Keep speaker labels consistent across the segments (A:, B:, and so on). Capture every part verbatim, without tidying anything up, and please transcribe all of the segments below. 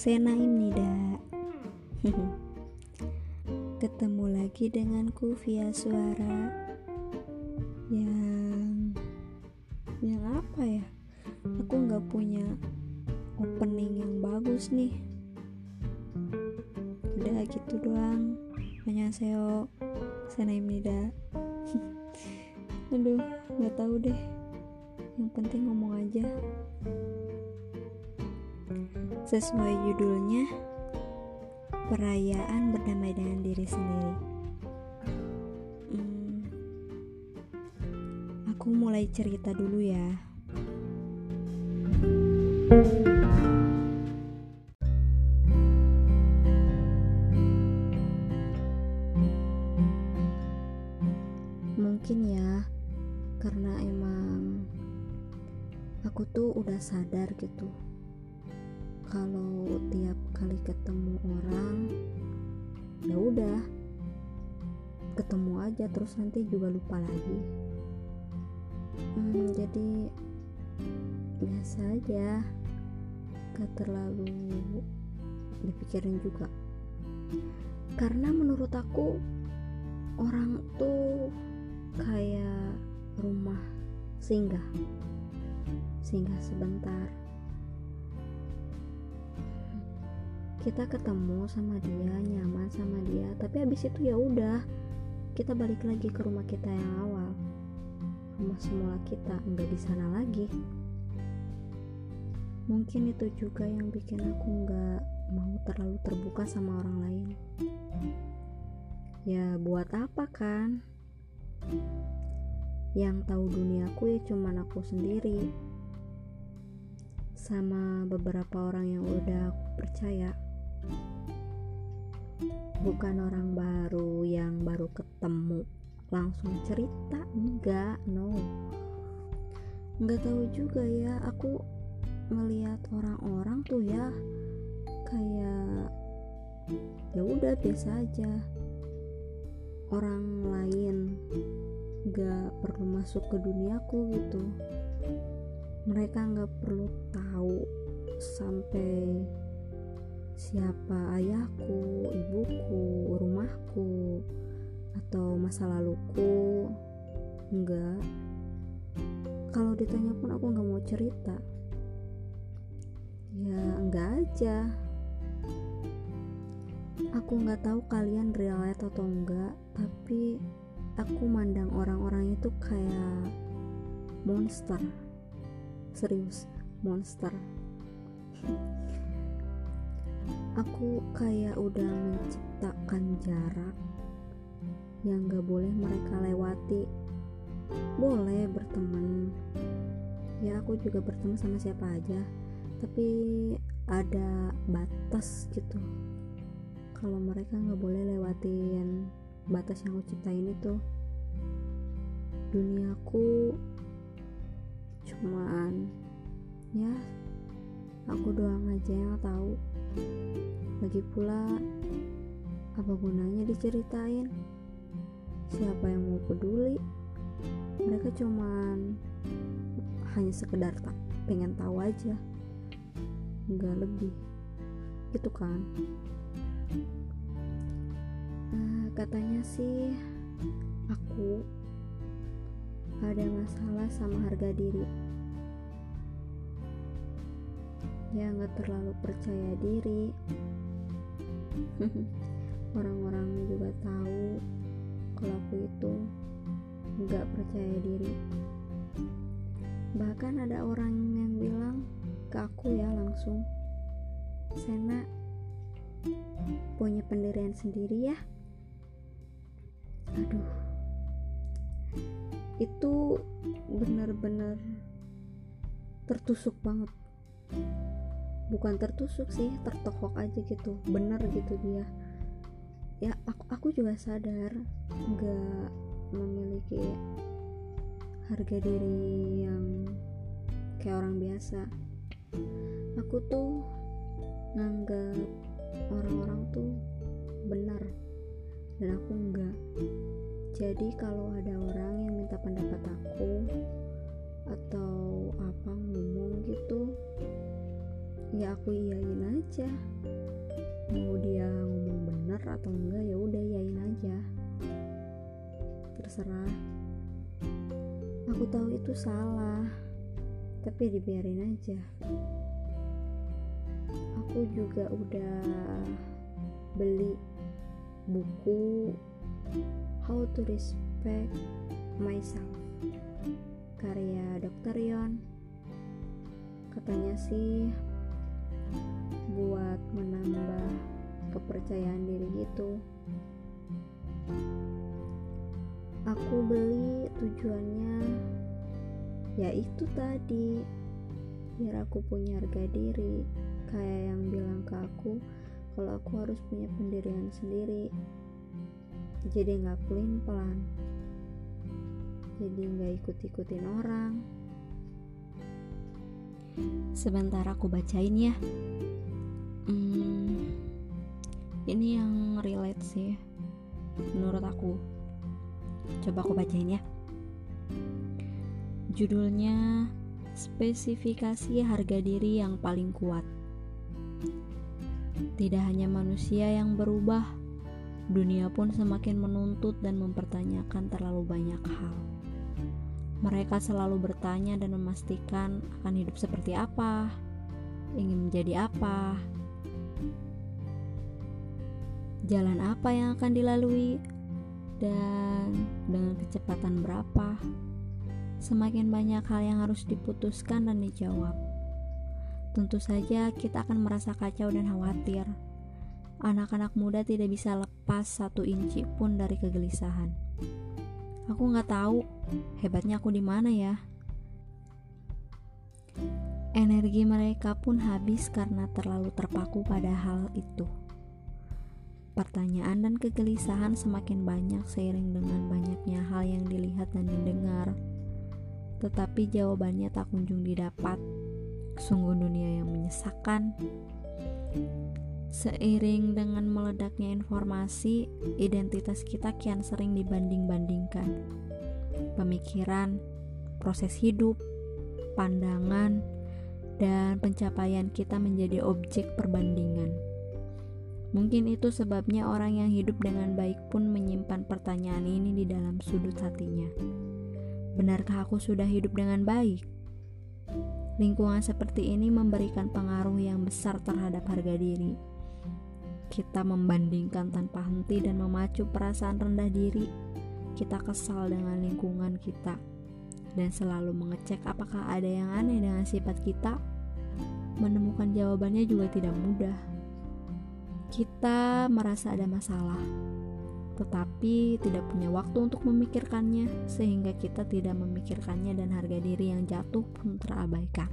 A: Senaim Nida. Ketemu lagi denganku via suara yang yang apa ya? Aku nggak punya opening yang bagus nih. Udah gitu doang. Annyeonghaseyo, Senaim Nida. Aduh, nggak tahu deh. Yang penting ngomong aja. Sesuai judulnya, perayaan berdamai dengan diri sendiri. hmm, Aku mulai cerita dulu ya. Mungkin ya, karena emang aku tuh udah sadar gitu, kalau tiap kali ketemu orang ya udah ketemu aja terus nanti juga lupa lagi. hmm, jadi biasa aja, gak terlalu dipikirin juga, karena menurut aku orang tuh kayak rumah singgah singgah sebentar. Kita ketemu sama dia, nyaman sama dia, tapi habis itu ya udah kita balik lagi ke rumah kita yang awal, rumah semula kita, nggak di sana lagi. Mungkin itu juga yang bikin aku nggak mau terlalu terbuka sama orang lain. Ya buat apa kan? Yang tahu duniaku ya cuman aku sendiri sama beberapa orang yang udah aku percaya. Bukan orang baru yang baru ketemu langsung cerita, enggak, no. Enggak tahu juga ya, aku ngelihat orang-orang tuh ya kayak ya udah biasa aja. Orang lain enggak perlu masuk ke duniaku gitu. Mereka enggak perlu tahu sampai siapa ayahku, ibuku, rumahku, atau masa laluku. Enggak. Kalau ditanya pun aku enggak mau cerita. Ya enggak aja. Aku enggak tahu kalian relate atau enggak, tapi aku mandang orang-orang itu kayak monster. Serius, monster. Aku kayak udah menciptakan jarak yang gak boleh mereka lewati. Boleh berteman, ya aku juga berteman sama siapa aja, tapi ada batas gitu. Kalau mereka gak boleh lewatin batas yang aku ciptain itu. Duniaku cuman ya aku doang aja yang tahu. Lagi pula apa gunanya diceritain? Siapa yang mau peduli? Mereka cuman hanya sekedar tak pengen tahu aja, nggak lebih gitu kan. Nah, katanya sih aku ada masalah sama harga diri. Ya gak terlalu percaya diri. Orang-orang juga tahu kalau aku itu gak percaya diri. Bahkan ada orang yang bilang ke aku ya langsung, Sena punya pendirian sendiri ya. Aduh, itu benar-benar tertusuk banget. Bukan tertusuk sih, tertohok aja gitu, bener gitu dia. Ya aku aku juga sadar nggak memiliki harga diri yang kayak orang biasa. Aku tuh nganggap orang-orang tuh benar dan aku enggak. Jadi kalau ada orang yang minta pendapat aku atau apa ngomong gitu, ya aku iyain aja. Mau dia ngomong bener atau enggak ya udah iyain aja, terserah. Aku tahu itu salah, tapi dibiarin aja. Aku juga udah beli buku How to Respect Myself karya dokter Yon. Katanya sih buat menambah kepercayaan diri gitu. Aku beli tujuannya ya itu tadi, biar aku punya harga diri, kayak yang bilang ke aku kalau aku harus punya pendirian sendiri. Jadi gak pelin-pelan, jadi gak ikut-ikutin orang. Sebentar aku bacain ya. hmm, Ini yang relate sih menurut aku. Coba aku bacain ya. Judulnya Spesifikasi Harga Diri Yang Paling Kuat. Tidak hanya manusia yang berubah, dunia pun semakin menuntut dan mempertanyakan terlalu banyak hal. Mereka selalu bertanya dan memastikan akan hidup seperti apa, ingin menjadi apa, jalan apa yang akan dilalui, dan dengan kecepatan berapa. Semakin banyak hal yang harus diputuskan dan dijawab. Tentu saja kita akan merasa kacau dan khawatir. Anak-anak muda tidak bisa lepas satu inci pun dari kegelisahan. Aku nggak tahu hebatnya aku di mana ya. Energi mereka pun habis karena terlalu terpaku pada hal itu. Pertanyaan dan kegelisahan semakin banyak seiring dengan banyaknya hal yang dilihat dan didengar. Tetapi jawabannya tak kunjung didapat. Sungguh dunia yang menyesakkan. Seiring dengan meledaknya informasi, identitas kita kian sering dibanding-bandingkan. Pemikiran, proses hidup, pandangan, dan pencapaian kita menjadi objek perbandingan. Mungkin itu sebabnya orang yang hidup dengan baik pun menyimpan pertanyaan ini di dalam sudut hatinya. Benarkah aku sudah hidup dengan baik? Lingkungan seperti ini memberikan pengaruh yang besar terhadap harga diri. Kita membandingkan tanpa henti dan memacu perasaan rendah diri. Kita kesal dengan lingkungan kita dan selalu mengecek apakah ada yang aneh dengan sifat kita. Menemukan jawabannya juga tidak mudah. Kita merasa ada masalah, tetapi tidak punya waktu untuk memikirkannya, sehingga kita tidak memikirkannya dan harga diri yang jatuh pun terabaikan.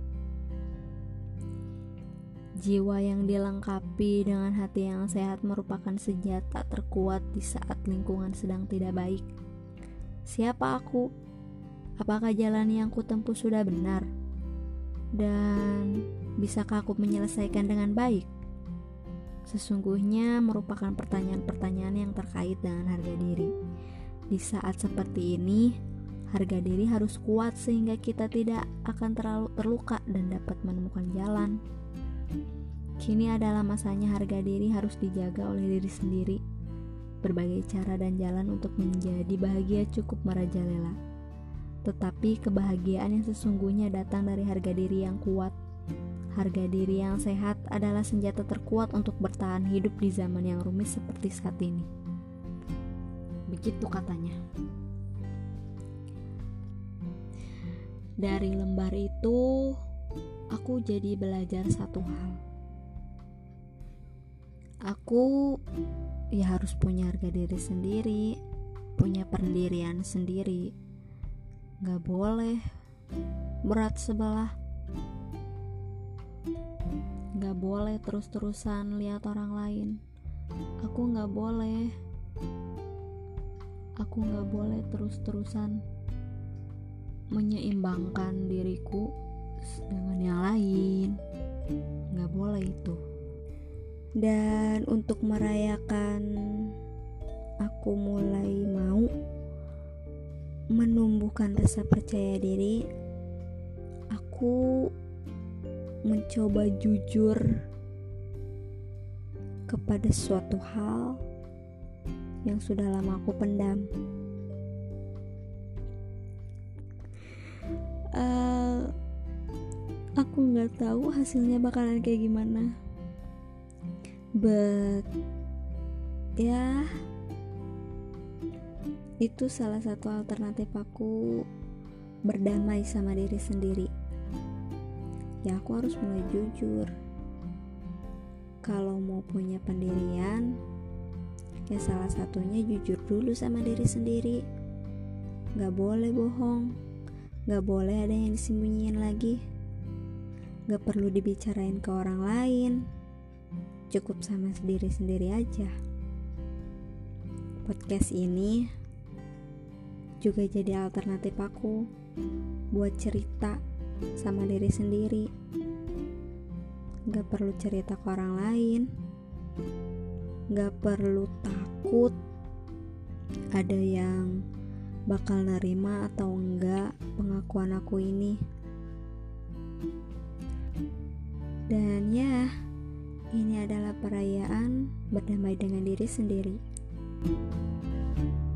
A: Jiwa yang dilengkapi dengan hati yang sehat merupakan senjata terkuat di saat lingkungan sedang tidak baik. Siapa aku? Apakah jalan yang kutempuh sudah benar? Dan bisakah aku menyelesaikan dengan baik? Sesungguhnya merupakan pertanyaan-pertanyaan yang terkait dengan harga diri. Di saat seperti ini, harga diri harus kuat sehingga kita tidak akan terlalu terluka dan dapat menemukan jalan. Kini adalah masanya harga diri harus dijaga oleh diri sendiri. Berbagai cara dan jalan untuk menjadi bahagia cukup merajalela. Tetapi kebahagiaan yang sesungguhnya datang dari harga diri yang kuat. Harga diri yang sehat adalah senjata terkuat untuk bertahan hidup di zaman yang rumit seperti saat ini. Begitu katanya. Dari lembar itu, aku jadi belajar satu hal. Aku ya harus punya harga diri sendiri, punya pendirian sendiri. Gak boleh berat sebelah. Gak boleh terus-terusan lihat orang lain. Aku gak boleh Aku gak boleh terus-terusan menyeimbangkan diriku dengan yang lain. Gak boleh itu. Dan untuk merayakan, aku mulai mau menumbuhkan rasa percaya diri. Aku mencoba jujur kepada suatu hal yang sudah lama aku pendam. Uh, aku nggak tahu hasilnya bakalan kayak gimana, but ya itu salah satu alternatif aku berdamai sama diri sendiri. Ya aku harus mulai jujur. Kalau mau punya pendirian, ya salah satunya jujur dulu sama diri sendiri. Gak boleh bohong, gak boleh ada yang disembunyiin lagi, gak perlu dibicarain ke orang lain, cukup sama diri sendiri aja. Podcast ini juga jadi alternatif aku buat cerita sama diri sendiri. Gak perlu cerita ke orang lain, gak perlu takut ada yang bakal nerima atau enggak pengakuan aku ini. Dan ya, ini adalah perayaan berdamai dengan diri sendiri.